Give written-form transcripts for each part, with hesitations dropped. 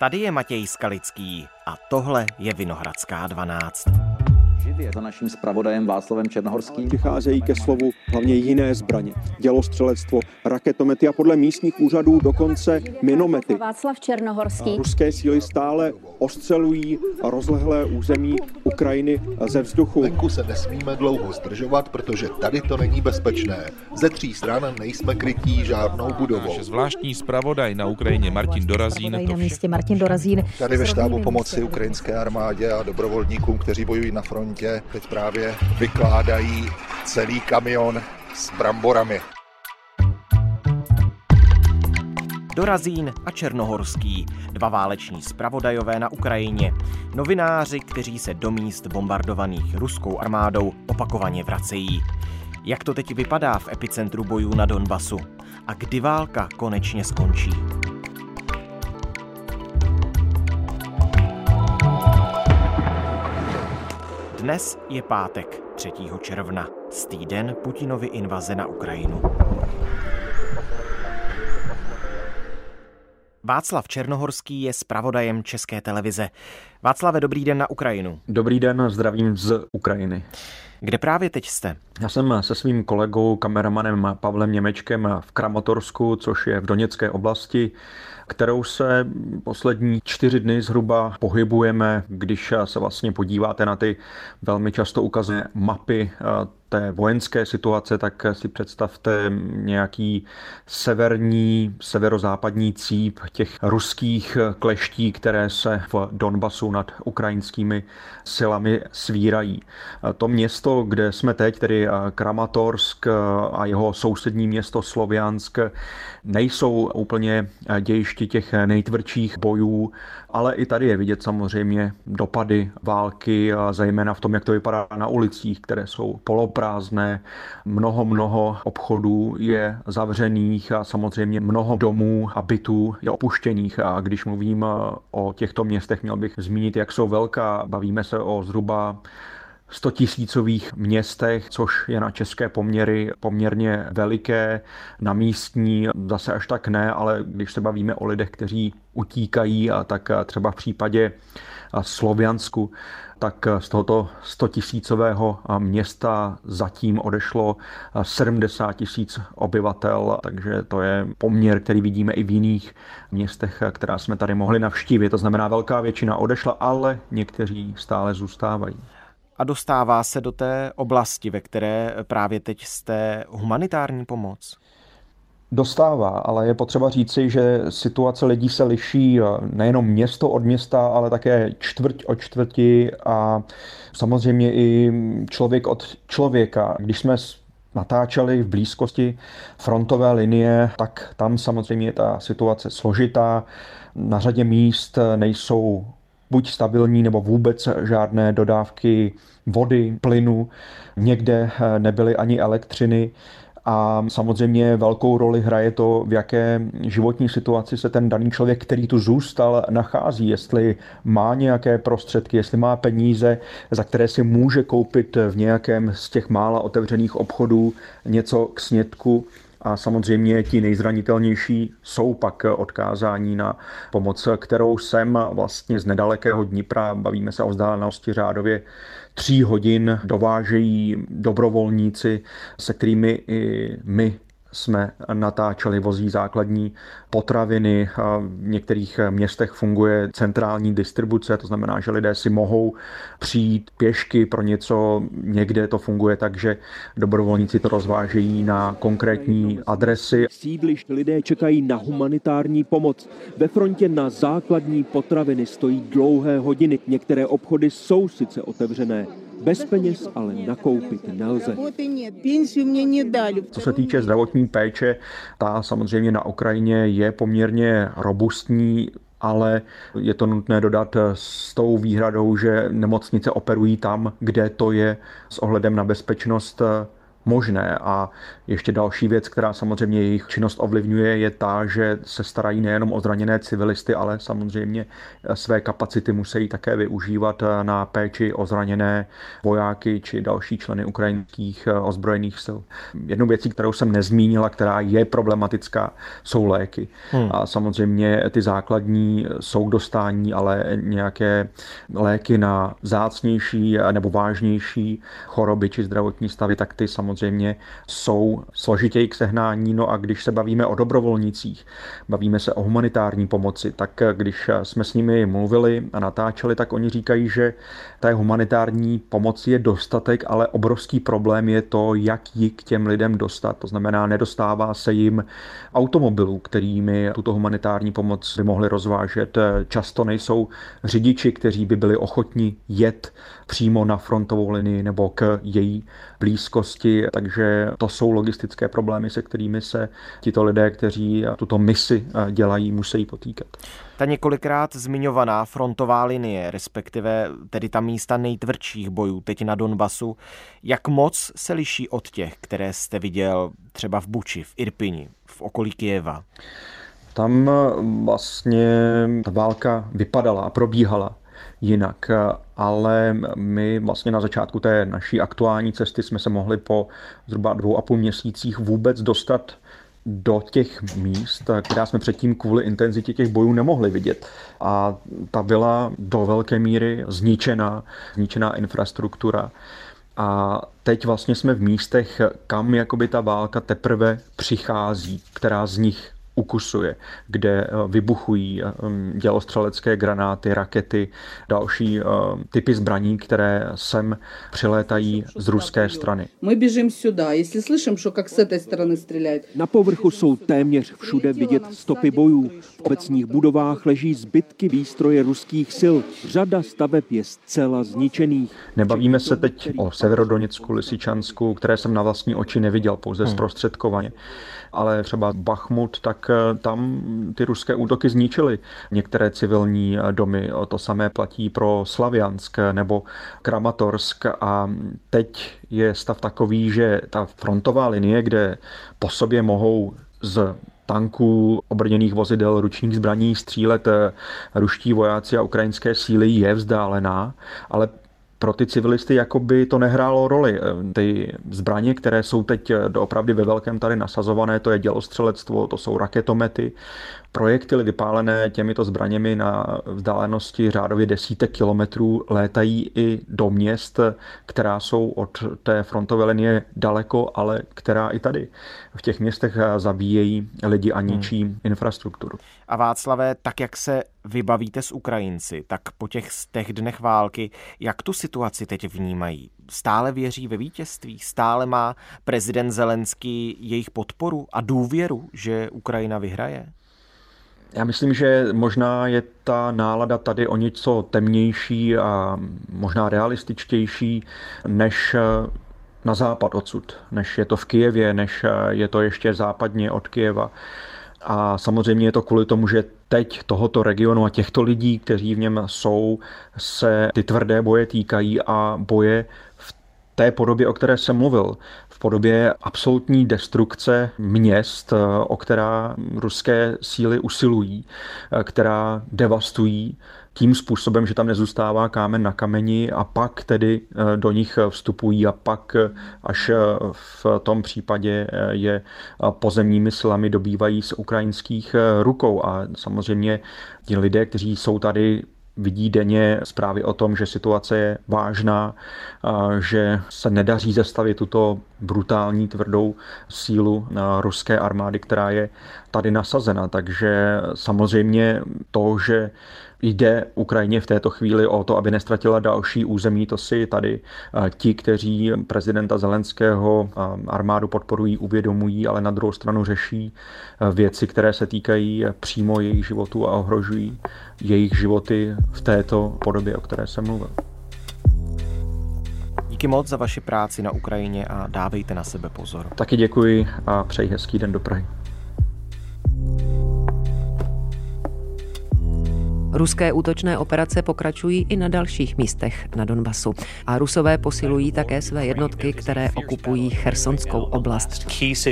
Tady je Matěj Skalický a tohle je Vinohradská 12. Je to naším zpravodajem Václavem Černohorským. Přicházejí ke slovu hlavně jiné zbraně. Dělostřelectvo, raketomety a podle místních úřadů dokonce minomety. Václav Černohorský. Ruské síly stále ostřelují rozlehlé území Ukrajiny ze vzduchu. Venku se nesmíme dlouho zdržovat, protože tady to není bezpečné. Ze 3 stran nejsme krytí žádnou budovou. Náš zvláštní zpravodaj na Ukrajině Martin Dorazín. Na místě Martin Dorazín. Tady ve štábu pomoci ukrajinské armádě a dobrovolníkům, kteří bojují na frontě, teď právě vykládají celý kamion s bramborami. Dorazín a Černohorský, 2 váleční zpravodajové na Ukrajině. Novináři, kteří se do míst bombardovaných ruskou armádou opakovaně vracejí. Jak to teď vypadá v epicentru bojů na Donbasu? A kdy válka konečně skončí? Dnes je pátek, 3. června, týden Putinovy invaze na Ukrajinu. Václav Černohorský je zpravodajem České televize. Václave, dobrý den na Ukrajinu. Dobrý den, zdravím z Ukrajiny. Kde právě teď jste? Já jsem se svým kolegou, kameramanem Pavlem Němečkem v Kramatorsku, což je v Doněcké oblasti, kterou se poslední 4 dny zhruba pohybujeme. Když se vlastně podíváte na ty velmi často ukazené mapy té vojenské situace, tak si představte nějaký severozápadní cíp těch ruských kleští, které se v Donbasu nad ukrajinskými silami svírají. To město, kde jsme teď, tedy Kramatorsk a jeho sousední město Sloviansk, nejsou úplně dějišti těch nejtvrdších bojů, ale i tady je vidět samozřejmě dopady války, zejména v tom, jak to vypadá na ulicích, které jsou poloprázdné. Mnoho obchodů je zavřených a samozřejmě mnoho domů a bytů je opuštěných. A když mluvím o těchto městech, měl bych zmínit, jak jsou velká. Bavíme se o zhruba 100 000 městech, což je na české poměry poměrně veliké, na místní zase až tak ne, ale když se bavíme o lidech, kteří utíkají, a tak třeba v případě Sloviansku, tak z tohoto 100 000 města zatím odešlo 70 000 obyvatel, takže to je poměr, který vidíme i v jiných městech, která jsme tady mohli navštívit. To znamená, velká většina odešla, ale někteří stále zůstávají. A dostává se do té oblasti, ve které právě teď jste, humanitární pomoc? Dostává, ale je potřeba říci, že situace lidí se liší nejenom město od města, ale také čtvrť od čtvrti a samozřejmě i člověk od člověka. Když jsme natáčeli v blízkosti frontové linie, tak tam samozřejmě je ta situace složitá. Na řadě míst nejsou buď stabilní, nebo vůbec žádné dodávky vody, plynu, někde nebyly ani elektřiny a samozřejmě velkou roli hraje to, v jaké životní situaci se ten daný člověk, který tu zůstal, nachází, jestli má nějaké prostředky, jestli má peníze, za které si může koupit v nějakém z těch mála otevřených obchodů něco k snědku. A samozřejmě ti nejzranitelnější jsou pak odkázáni na pomoc, kterou sem vlastně z nedalekého Dnipra, bavíme se o vzdálenosti řádově 3 hodin, dovážejí dobrovolníci, se kterými i my jsme natáčeli, vozí základní potraviny. V některých městech funguje centrální distribuce, to znamená, že lidé si mohou přijít pěšky pro něco. Někde to funguje tak, že dobrovolníci to rozvážejí na konkrétní adresy. Sídlišť lidé čekají na humanitární pomoc. Ve frontě na základní potraviny stojí dlouhé hodiny. Některé obchody jsou sice otevřené. Bez peněz ale nakoupit nelze. Co se týče zdravotní péče, ta samozřejmě na Ukrajině je poměrně robustní, ale je to nutné dodat s tou výhradou, že nemocnice operují tam, kde to je s ohledem na bezpečnost možné. A ještě další věc, která samozřejmě jejich činnost ovlivňuje, je ta, že se starají nejenom o zraněné civilisty, ale samozřejmě své kapacity musí také využívat na péči o zraněné vojáky či další členy ukrajinských ozbrojených sil. Jednou věcí, kterou jsem nezmínila, která je problematická, jsou léky. A samozřejmě ty základní jsou k dostání, ale nějaké léky na vzácnější nebo vážnější choroby či zdravotní stavy, tak ty samozřejmě jsou složitěji k sehnání. No a když se bavíme o dobrovolnicích, bavíme se o humanitární pomoci, tak když jsme s nimi mluvili a natáčeli, tak oni říkají, že té humanitární pomoci je dostatek, ale obrovský problém je to, jak ji k těm lidem dostat. To znamená, nedostává se jim automobilů, kterými tuto humanitární pomoc by mohli rozvážet. Často nejsou řidiči, kteří by byli ochotni jet přímo na frontovou linii nebo k její blízkosti, takže to jsou logistické problémy, se kterými se tito lidé, kteří tuto misi dělají, musí potýkat. Ta několikrát zmiňovaná frontová linie, respektive tedy ta místa nejtvrdších bojů teď na Donbasu, jak moc se liší od těch, které jste viděl třeba v Buči, v Irpini, v okolí Kyjeva? Tam vlastně ta válka vypadala a probíhala jinak, ale my vlastně na začátku té naší aktuální cesty jsme se mohli po zhruba 2,5 měsících vůbec dostat do těch míst, která jsme předtím kvůli intenzitě těch bojů nemohli vidět. A ta byla do velké míry zničená infrastruktura. A teď vlastně jsme v místech, kam jakoby ta válka teprve přichází, která z nich ukusuje, kde vybuchují dělostřelecké granáty, rakety, další typy zbraní, které sem přilétají z ruské strany. My běžíme sюда, jestli slyším, že jak z té strany střílejí. Na povrchu jsou téměř všude vidět stopy bojů. V obecních budovách leží zbytky výstroje ruských sil. Řada staveb je zcela zničených. Nebavíme se teď o Severodoněcku, Lysyčansku, které jsem na vlastní oči neviděl, pouze zprostředkovaně. Ale třeba Bachmut, tak tam ty ruské útoky zničily některé civilní domy. To samé platí pro Slaviansk nebo Kramatorsk a teď je stav takový, že ta frontová linie, kde po sobě mohou z tanků, obrněných vozidel, ručních zbraní střílet ruští vojáci a ukrajinské síly, je vzdálená, ale pro ty civilisty jakoby to nehrálo roli. Ty zbraně, které jsou teď doopravdy ve velkém tady nasazované, to je dělostřelectvo, to jsou raketomety, projektily vypálené těmito zbraněmi na vzdálenosti řádově desítek kilometrů létají i do měst, která jsou od té frontové linie daleko, ale která i tady v těch městech zabíjejí lidi a ničí infrastrukturu. A Václavé, tak jak se vybavíte s Ukrajinci, tak po těch dnech války, jak tu situaci teď vnímají? Stále věří ve vítězství? Stále má prezident Zelenský jejich podporu a důvěru, že Ukrajina vyhraje? Já myslím, že možná je ta nálada tady o něco temnější a možná realističtější než na západ odsud, než je to v Kyjevě, než je to ještě západně od Kyjeva. A samozřejmě je to kvůli tomu, že teď tohoto regionu a těchto lidí, kteří v něm jsou, se ty tvrdé boje týkají a boje v té podobě, o které jsem mluvil, v podobě absolutní destrukce měst, o která ruské síly usilují, která devastují tím způsobem, že tam nezůstává kámen na kameni a pak tedy do nich vstupují a pak až v tom případě je pozemními silami dobývají z ukrajinských rukou. A samozřejmě ti lidé, kteří jsou tady, vidí denně zprávy o tom, že situace je vážná, že se nedaří zastavit tuto brutální tvrdou sílu ruské armády, která je tady nasazena. Takže samozřejmě to, že jde Ukrajině v této chvíli o to, aby nestratila další území, to si tady ti, kteří prezidenta Zelenského armádu podporují, uvědomují, ale na druhou stranu řeší věci, které se týkají přímo jejich životů a ohrožují jejich životy v této podobě, o které jsem mluvil. Díky moc za vaši práci na Ukrajině a dávejte na sebe pozor. Taky děkuji a přeji hezký den do Prahy. Ruské útočné operace pokračují i na dalších místech na Donbasu. A Rusové posilují také své jednotky, které okupují Chersonskou oblast.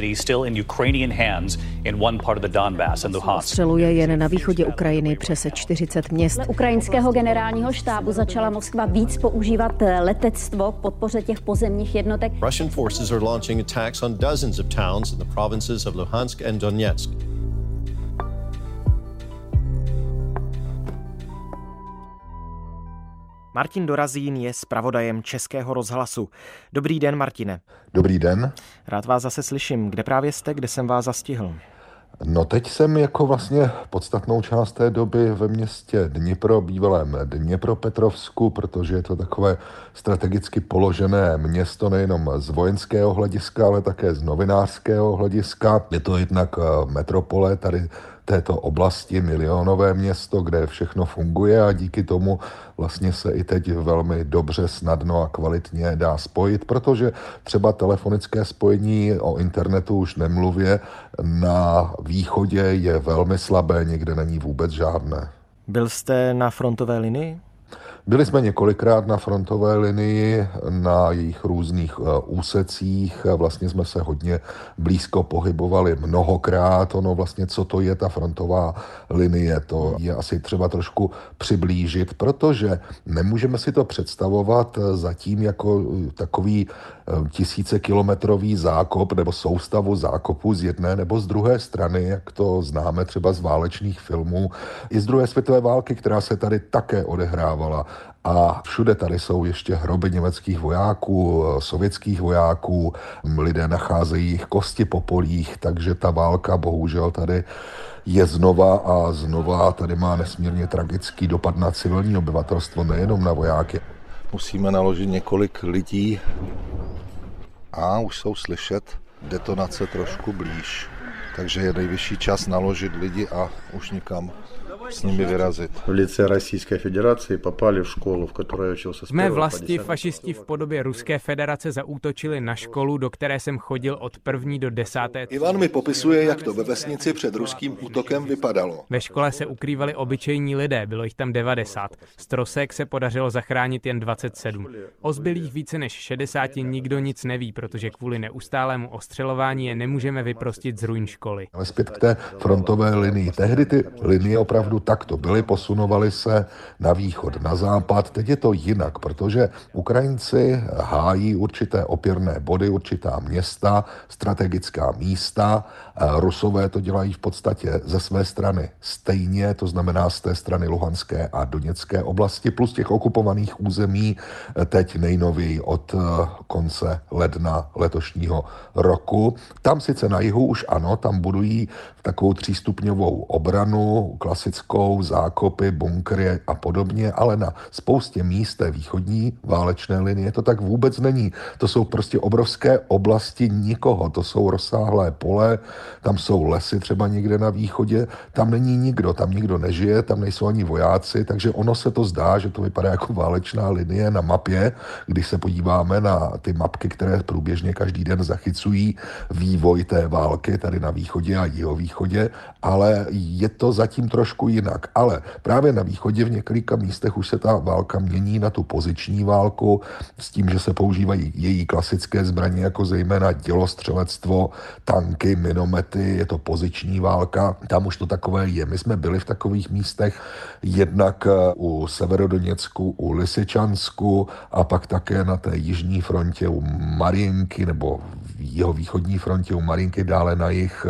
Střeluje jen na východě Ukrajiny přes 40 měst. Ukrajinského generálního štábu začala Moskva víc používat letectvo k podpoře těch pozemních jednotek. Russian forces are launching attacks on dozens of towns in the provinces of Luhansk and Donetsk. Martin Dorazín je zpravodajem Českého rozhlasu. Dobrý den, Martine. Dobrý den. Rád vás zase slyším. Kde právě jste, kde jsem vás zastihl? No teď jsem jako vlastně podstatnou část té doby ve městě Dnipro, bývalém Dněpropetrovsku, protože je to takové strategicky položené město nejenom z vojenského hlediska, ale také z novinářského hlediska. Je to jednak metropole tady této oblasti, milionové město, kde všechno funguje a díky tomu vlastně se i teď velmi dobře, snadno a kvalitně dá spojit, protože třeba telefonické spojení, o internetu už nemluvě, na východě je velmi slabé, někde není vůbec žádné. Byl jste na frontové linii? Byli jsme několikrát na frontové linii, na jejich různých úsecích, vlastně jsme se hodně blízko pohybovali mnohokrát. Ono vlastně, co to je ta frontová linie, to je asi třeba trošku přiblížit, protože nemůžeme si to představovat zatím jako takový tisícekilometrový zákop nebo soustavu zákopů z jedné nebo z druhé strany, jak to známe třeba z válečných filmů, i z druhé světové války, která se tady také odehrávala. A všude tady jsou ještě hroby německých vojáků, sovětských vojáků, lidé nacházejí jejich kosti po polích, takže ta válka bohužel tady je znova a znova, tady má nesmírně tragický dopad na civilní obyvatelstvo, nejenom na vojáky. Musíme naložit několik lidí a už jsou slyšet detonace trošku blíž, takže je nejvyšší čas naložit lidi a už někam s nimi vyrazit. V lice Российской Федерации попали в школу, в которой я учился. V mé vlasti fašisti v podobě Ruské federace zaútočili na školu, do které jsem chodil od 1. do 10. Ivan mi popisuje, jak to ve vesnici před ruským útokem vypadalo. Ve škole se ukrývali obyčejní lidé, bylo jich tam 90. Z trosek se podařilo zachránit jen 27. O zbylých více než 60 nikdo nic neví, protože kvůli neustálému ostřelování je nemůžeme vyprostit z ruin školy. Ale zpět k té frontové linii. Tehdy ty linie opravdu takto byly, posunovaly se na východ, na západ. Teď je to jinak, protože Ukrajinci hájí určité opěrné body, určitá města, strategická místa. Rusové to dělají v podstatě ze své strany stejně, to znamená z té strany Luhanské a Doněcké oblasti, plus těch okupovaných území teď nejnověji od konce ledna letošního roku. Tam sice na jihu už ano, tam budují takovou 3stupňovou obranu, klasickou, zákopy, bunkry a podobně, ale na spoustě míst té východní válečné linie to tak vůbec není. To jsou prostě obrovské oblasti nikoho, to jsou rozsáhlé pole, tam jsou lesy třeba někde na východě, tam není nikdo, tam nikdo nežije, tam nejsou ani vojáci, takže ono se to zdá, že to vypadá jako válečná linie na mapě, když se podíváme na ty mapky, které průběžně každý den zachycují vývoj té války tady na východě a jihovýchodě, ale je to zatím trošku jinak. Ale právě na východě v několika místech už se ta válka mění na tu poziční válku s tím, že se používají její klasické zbraně, jako zejména dělostřelectvo, tanky, minomety, je to poziční válka. Tam už to takové je. My jsme byli v takových místech jednak u Severodoněcku, u Lysyčansku a pak také na té jižní frontě u Mariinky nebo v jihovýchodní frontě u Mariinky dále na jih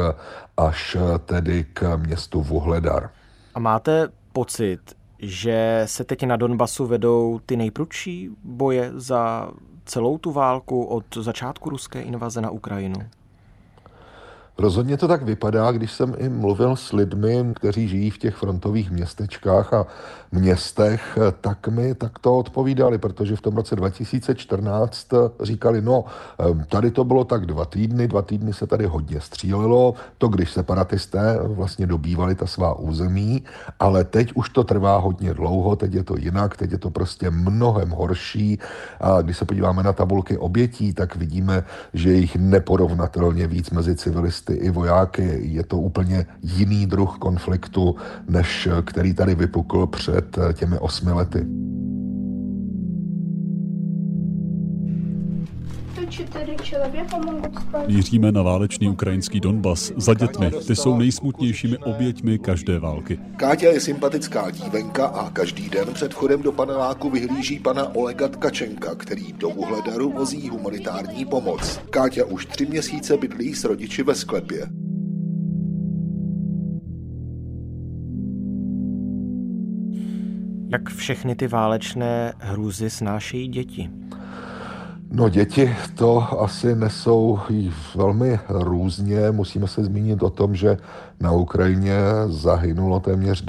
až tedy k městu Vuhledar. A máte pocit, že se teď na Donbasu vedou ty nejprudší boje za celou tu válku od začátku ruské invaze na Ukrajinu? Rozhodně to tak vypadá, když jsem i mluvil s lidmi, kteří žijí v těch frontových městečkách a městech, tak mi takto odpovídali, protože v tom roce 2014 říkali, no, tady to bylo tak 2 týdny se tady hodně střílelo, to když separatisté vlastně dobývali ta svá území, ale teď už to trvá hodně dlouho, teď je to jinak, teď je to prostě mnohem horší a když se podíváme na tabulky obětí, tak vidíme, že jich neporovnatelně víc mezi civilisty civilisty i vojáky. Je to úplně jiný druh konfliktu, než který tady vypukl před těmi 8 lety. Míříme na válečný ukrajinský Donbas za dětmi. Ty jsou nejsmutnějšími oběťmi každé války. Káťa je sympatická dívenka a každý den před vchodem do paneláku vyhlíží pana Olega Tkačenka, který do Uhledaru vozí humanitární pomoc. Káťa už 3 měsíce bydlí s rodiči ve sklepě. Jak všechny ty válečné hrůzy snášejí děti? No děti to asi nesou velmi různě. Musíme se zmínit o tom, že na Ukrajině zahynulo téměř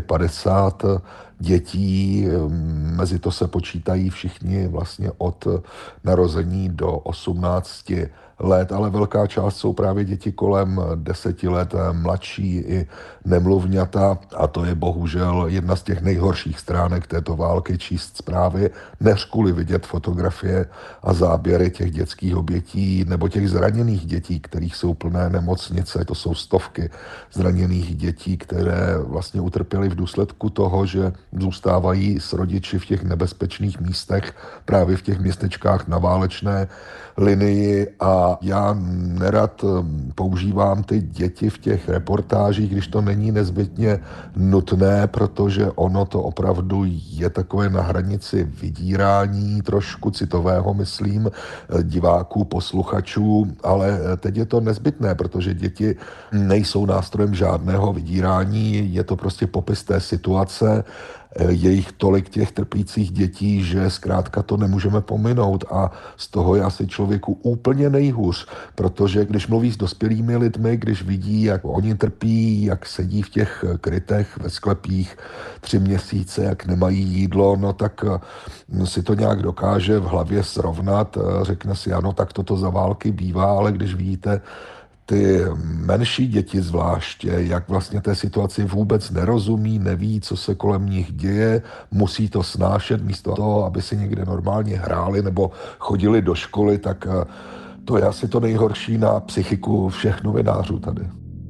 250 dětí. Mezi to se počítají všichni vlastně od narození do 18 let, ale velká část jsou právě děti kolem 10 let, mladší i nemluvňata, a to je bohužel jedna z těch nejhorších stránek této války, číst zprávy, než kvůli vidět fotografie a záběry těch dětských obětí nebo těch zraněných dětí, kterých jsou plné nemocnice. To jsou stovky zraněných dětí, které vlastně utrpěly v důsledku toho, že zůstávají s rodiči v těch nebezpečných místech, právě v těch městečkách na válečné linii, a já nerad používám ty děti v těch reportážích, když to není nezbytně nutné, protože ono to opravdu je takové na hranici vydírání, trošku citového, myslím, diváků, posluchačů, ale teď je to nezbytné, protože děti nejsou nástrojem žádného vydírání, je to prostě popis té situace. Je jich tolik těch trpících dětí, že zkrátka to nemůžeme pominout, a z toho je asi člověku úplně nejhůř, protože když mluví s dospělými lidmi, když vidí, jak oni trpí, jak sedí v těch krytech ve sklepích 3 měsíce, jak nemají jídlo, no tak si to nějak dokáže v hlavě srovnat, řekne si, ano, tak toto za války bývá, ale když vidíte ty menší děti zvláště, jak vlastně té situaci vůbec nerozumí, neví, co se kolem nich děje, musí to snášet místo toho, aby si někde normálně hráli nebo chodili do školy, tak to je asi to nejhorší na psychiku všech novinářů tady.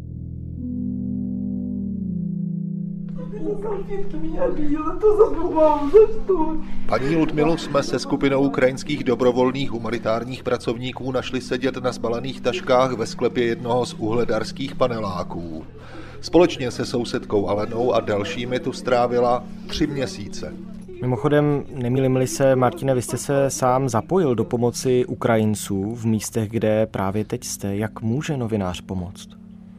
Paní Ludmilu jsme se skupinou ukrajinských dobrovolných humanitárních pracovníků našli sedět na zbalených taškách ve sklepě jednoho z uhledarských paneláků. Společně se sousedkou Alenou a dalšími tu strávila 3 měsíce. Mimochodem, nemýlím-li se, Martine, vy jste se sám zapojil do pomoci Ukrajinců v místech, kde právě teď jste. Jak může novinář pomoct?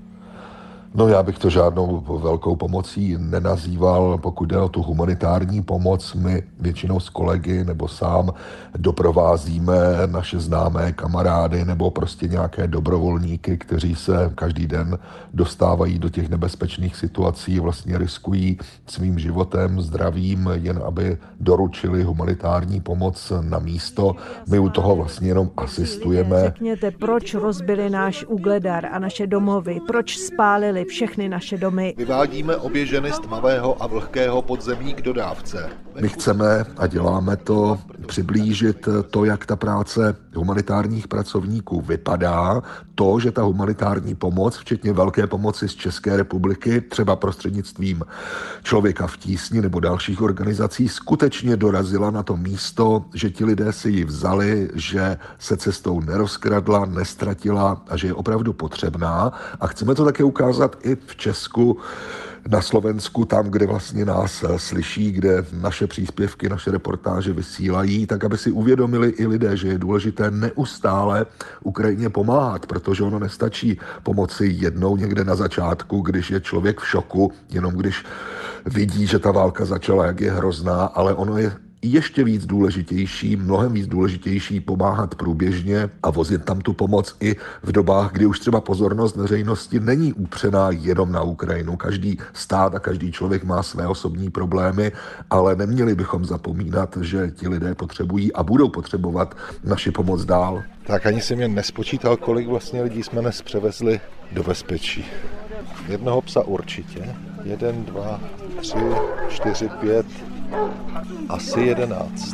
No já bych to žádnou velkou pomocí nenazýval. Pokud jde o tu humanitární pomoc, my většinou s kolegy nebo sám doprovázíme naše známé kamarády nebo prostě nějaké dobrovolníky, kteří se každý den dostávají do těch nebezpečných situací, vlastně riskují svým životem, zdravím, jen aby doručili humanitární pomoc na místo. My u toho vlastně jenom asistujeme. Řekněte, proč rozbili náš Uhledar a naše domovy, proč spálili všechny naše domy. Vyvádíme obě ženy z tmavého a vlhkého podzemí k dodávce. My chceme a děláme to přiblížit to, jak ta práce humanitárních pracovníků vypadá, to, že ta humanitární pomoc, včetně velké pomoci z České republiky, třeba prostřednictvím Člověka v tísni nebo dalších organizací, skutečně dorazila na to místo, že ti lidé si ji vzali, že se cestou nerozkradla, nestratila a že je opravdu potřebná. A chceme to také ukázat i v Česku, na Slovensku, tam, kde vlastně nás slyší, kde naše příspěvky, naše reportáže vysílají, tak aby si uvědomili i lidé, že je důležité neustále Ukrajině pomáhat, protože ono nestačí pomoci jednou někde na začátku, když je člověk v šoku, jenom když vidí, že ta válka začala, jak je hrozná, ale ono je ještě víc důležitější, mnohem víc důležitější pomáhat průběžně a vozit tam tu pomoc i v dobách, kdy už třeba pozornost veřejnosti není upřená jenom na Ukrajinu. Každý stát a každý člověk má své osobní problémy, ale neměli bychom zapomínat, že ti lidé potřebují a budou potřebovat naši pomoc dál. Tak ani jsem jen nespočítal, kolik vlastně lidí jsme dnes převezli do bezpečí. Jednoho psa určitě. 1, 2, 3, 4, 5... asi 11.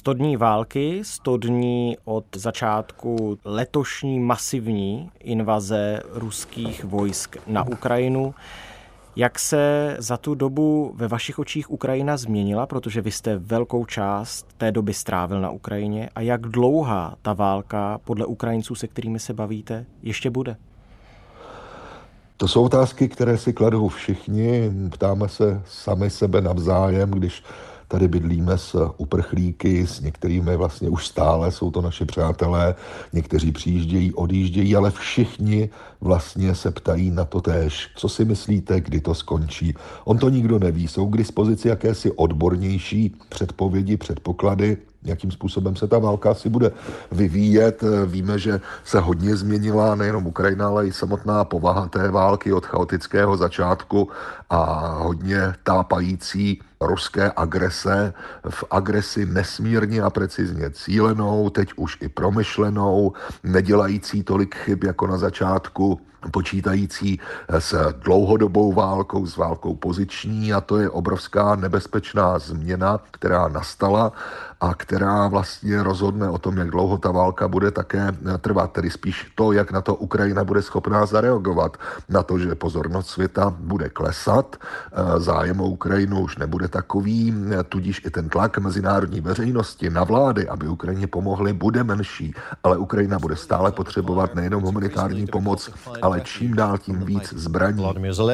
100 dní války, 100 dní od začátku letošní masivní invaze ruských vojsk na Ukrajinu. Jak se za tu dobu ve vašich očích Ukrajina změnila, protože vy jste velkou část té doby strávil na Ukrajině, a jak dlouhá ta válka podle Ukrajinců, se kterými se bavíte, ještě bude? To jsou otázky, které si kladou všichni. Ptáme se sami sebe navzájem, když tady bydlíme s uprchlíky, s některými vlastně už stále jsou to naši přátelé, někteří přijíždějí, odjíždějí, ale všichni vlastně se ptají na to též. Co si myslíte, kdy to skončí? On to nikdo neví, jsou k dispozici jakési odbornější předpovědi, předpoklady, jakým způsobem se ta válka asi bude vyvíjet. Víme, že se hodně změnila nejenom Ukrajina, ale i samotná povaha té války od chaotického začátku a hodně tápající ruské agrese v agresi nesmírně a precizně cílenou, teď už i promyšlenou, nedělající tolik chyb jako na začátku, počítající s dlouhodobou válkou, s válkou poziční, a to je obrovská nebezpečná změna, která nastala a která vlastně rozhodne o tom, jak dlouho ta válka bude také trvat, tedy spíš to, jak na to Ukrajina bude schopná zareagovat, na to, že pozornost světa bude klesat, zájem o Ukrajinu už nebude takový, tudíž i ten tlak mezinárodní veřejnosti na vlády, aby Ukrajině pomohly, bude menší, ale Ukrajina bude stále potřebovat nejenom humanitární pomoc, ale čím dál tím víc zbraní.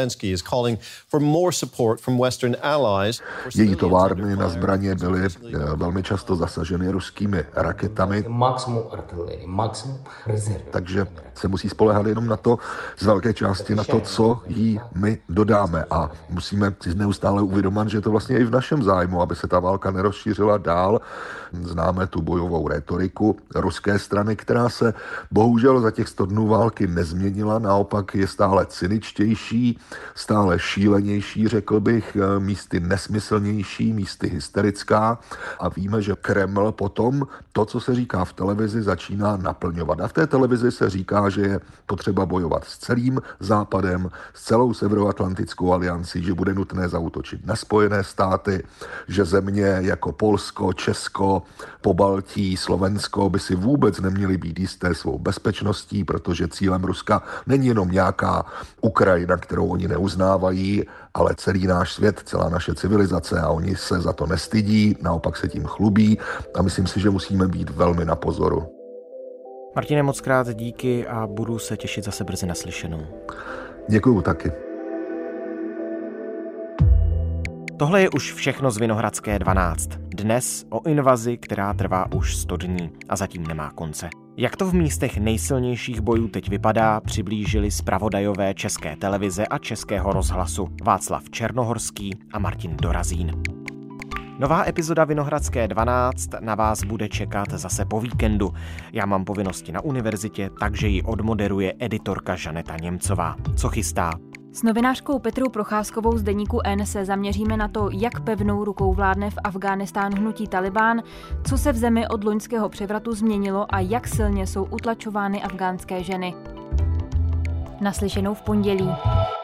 Její továrny na zbraně byly velmi často zasaženy ruskými raketami, takže se musí spoléhat jenom na to, z velké části na to, co jí my dodáme, a musíme si neustále uvědomit, že je to vlastně i v našem zájmu, aby se ta válka nerozšířila dál. Známe tu bojovou rétoriku ruské strany, která se bohužel za těch 100 dnů války nezměnila, naopak je stále cyničtější, stále šílenější, řekl bych, místy nesmyslnější, místy hysterická, a víme, že Kreml potom to, co se říká v televizi, začíná naplňovat. A v té televizi se říká, že je potřeba bojovat s celým Západem, s celou Severoatlantickou aliancí, že bude nutné zaútočit na Spojené státy, že země jako Polsko, Česko, Pobaltí, Slovensko by si vůbec neměly být jisté svou bezpečností, protože cílem Ruska není jenom nějaká Ukrajina, kterou oni neuznávají, ale celý náš svět, celá naše civilizace, a oni se za to nestydí, naopak se tím chlubí, a myslím si, že musíme být velmi na pozoru. Martine, moc krát díky a budu se těšit zase brzy naslyšenou. Děkuju taky. Tohle je už všechno z Vinohradské 12. Dnes o invazi, která trvá už 100 dní a zatím nemá konce. Jak to v místech nejsilnějších bojů teď vypadá, přiblížili zpravodajové České televize a Českého rozhlasu Václav Černohorský a Martin Dorazín. Nová epizoda Vinohradské 12 na vás bude čekat zase po víkendu. Já mám povinnosti na univerzitě, takže ji odmoderuje editorka Žaneta Němcová. Co chystá? S novinářkou Petrou Procházkovou z deníku N se zaměříme na to, jak pevnou rukou vládne v Afghánistánu hnutí Talibán, co se v zemi od loňského převratu změnilo a jak silně jsou utlačovány afghánské ženy. Naslyšenou v pondělí.